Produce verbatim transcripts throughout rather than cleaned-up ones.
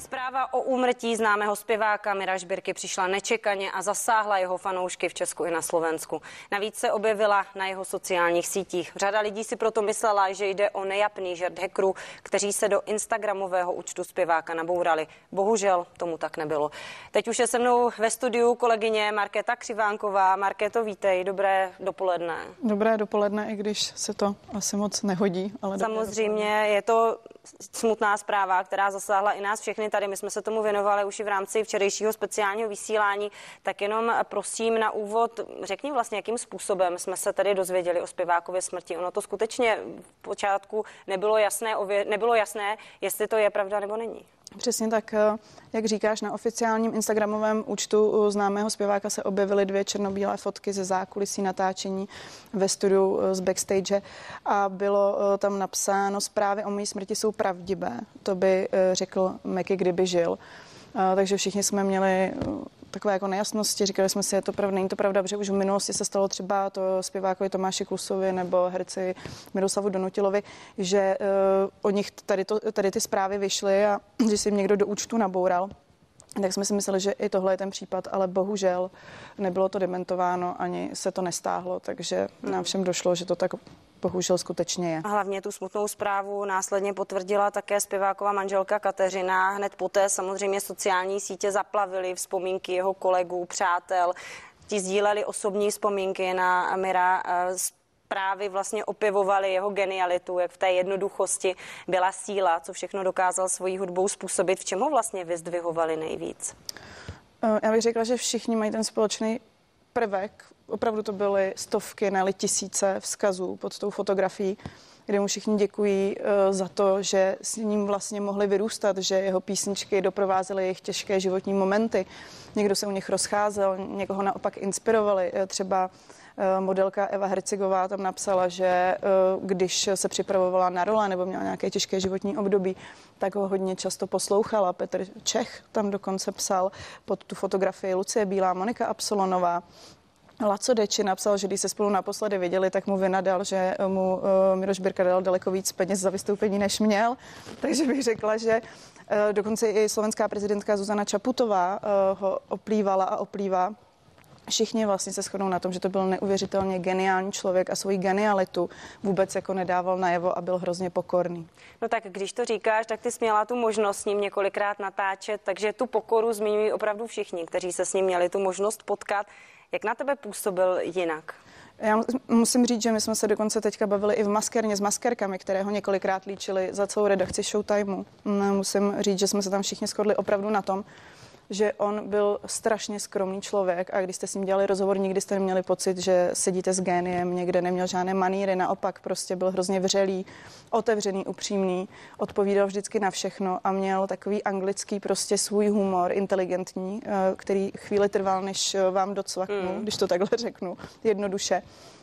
Zpráva o úmrtí známého zpěváka Mira Žbirky přišla nečekaně a zasáhla jeho fanoušky v Česku i na Slovensku. Navíc se objevila na jeho sociálních sítích. Řada lidí si proto myslela, že jde o nejapný žert hackerů, kteří se do instagramového účtu zpěváka nabourali. Bohužel tomu tak nebylo. Teď už je se mnou ve studiu kolegyně Markéta Křivánková. Markéto, vítej, dobré dopoledne. Dobré dopoledne, i když se to asi moc nehodí. Ale samozřejmě je to smutná zpráva, která zasáhla i nás všechny tady. My jsme se tomu věnovali už i v rámci včerejšího speciálního vysílání. Tak jenom prosím na úvod, řekni vlastně, jakým způsobem jsme se tady dozvěděli o zpěvákově smrti. Ono to skutečně v počátku nebylo jasné, nebylo jasné, jestli to je pravda nebo není. Přesně tak, jak říkáš, na oficiálním instagramovém účtu známého zpěváka se objevily dvě černobílé fotky ze zákulisí natáčení ve studiu z backstage a bylo tam napsáno: zprávy o mojí smrti jsou pravdivé. To by řekl Meky, kdyby žil. Takže všichni jsme měli takové jako nejasnosti, říkali jsme si, je to pravda, není to pravda, protože už v minulosti se stalo třeba to zpěvákovi Tomáši Klusovi nebo herci Miroslavu Donutilovi, že uh, o nich tady, to, tady ty zprávy vyšly a že si jim někdo do účtu naboural. Tak jsme si mysleli, že i tohle je ten případ, ale bohužel nebylo to dementováno, ani se to nestáhlo, takže nám všem došlo, že to tak bohužel skutečně je. A hlavně tu smutnou zprávu následně potvrdila také zpěváková manželka Kateřina. Hned poté samozřejmě sociální sítě zaplavily vzpomínky jeho kolegů, přátel. Ti sdíleli osobní vzpomínky na Mira. Zprávy vlastně opěvovaly jeho genialitu, jak v té jednoduchosti byla síla, co všechno dokázal svojí hudbou způsobit. V čem ho vlastně vyzdvihovali nejvíc? Já bych řekla, že všichni mají ten společný prvek. Opravdu to byly stovky, ne tisíce vzkazů pod tou fotografií, kde mu všichni děkují uh, za to, že s ním vlastně mohli vyrůstat, že jeho písničky doprovázely jejich těžké životní momenty. Někdo se u nich rozcházel, někoho naopak inspirovali. Třeba uh, modelka Eva Hercigová tam napsala, že uh, když se připravovala na role nebo měla nějaké těžké životní období, tak ho hodně často poslouchala. Petr Čech tam dokonce psal pod tu fotografii Lucie Bílá, Monika Absolonová. Laco Deči napsal, že když se spolu naposledy viděli, tak mu vynadal, že mu uh, Miro Žbirka dal daleko víc peněz za vystoupení, než měl. Takže bych řekla, že uh, dokonce i slovenská prezidentka Zuzana Čaputová uh, ho oplývala a oplývá. Všichni vlastně se shodnou na tom, že to byl neuvěřitelně geniální člověk a svoji genialitu vůbec jako nedával najevo a byl hrozně pokorný. No tak když to říkáš, tak ty jsi měla tu možnost s ním několikrát natáčet, takže tu pokoru zmiňují opravdu všichni, kteří se s ním měli tu možnost potkat. Jak na tebe působil jinak? Já musím říct, že my jsme se dokonce teďka bavili i v maskérně s maskérkami, které ho několikrát líčili za celou redakci Showtimeu. Musím říct, že jsme se tam všichni shodli opravdu na tom, že on byl strašně skromný člověk a když jste s ním dělali rozhovor, nikdy jste neměli pocit, že sedíte s géniem, někde neměl žádné maníry, naopak prostě byl hrozně vřelý, otevřený, upřímný, odpovídal vždycky na všechno a měl takový anglický prostě svůj humor, inteligentní, který chvíli trval, než vám docvaknu, mm. když to takhle řeknu, jednoduše.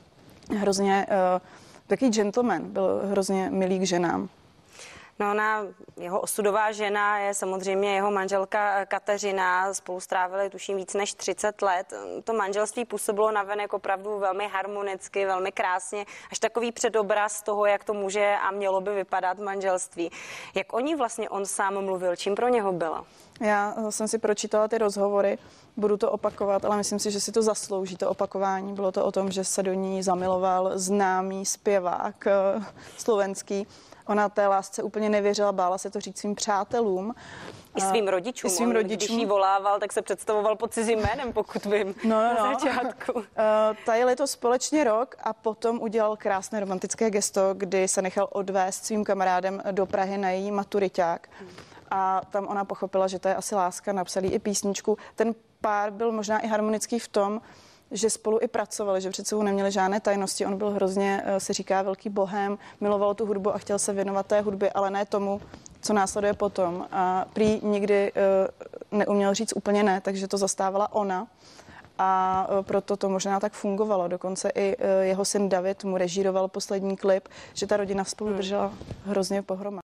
Hrozně takový gentleman, byl hrozně milý k ženám. No, ona, jeho osudová žena je samozřejmě jeho manželka Kateřina. Spolu strávili tuším víc než třicet let. To manželství působilo navenek opravdu velmi harmonicky, velmi krásně. Až takový předobraz toho, jak to může a mělo by vypadat manželství. Jak o ní vlastně on sám mluvil? Čím pro něho bylo? Já jsem si pročítala ty rozhovory, budu to opakovat, ale myslím si, že si to zaslouží, to opakování. Bylo to o tom, že se do ní zamiloval známý zpěvák slovenský. Ona té lásce úplně nevěřila, bála se to říct svým přátelům. I svým rodičům. I svým rodičům. Když jí volával, tak se představoval pod cizím jménem, pokud vím, no, no, na začátku. Uh, tajili to společně rok a potom udělal krásné romantické gesto, kdy se nechal odvést svým kamarádem do Prahy na její maturiťák. A tam ona pochopila, že to je asi láska, napsali i písničku. Ten pár byl možná i harmonický v tom, že spolu i pracovali, že před sebou neměli žádné tajnosti. On byl hrozně, se říká, velký bohem, miloval tu hudbu a chtěl se věnovat té hudbě, ale ne tomu, co následuje potom. A prý nikdy uh, neuměl říct úplně ne, takže to zastávala ona. A uh, proto to možná tak fungovalo. Dokonce i uh, jeho syn David mu režíroval poslední klip, že ta rodina spolu držela hrozně pohromadě.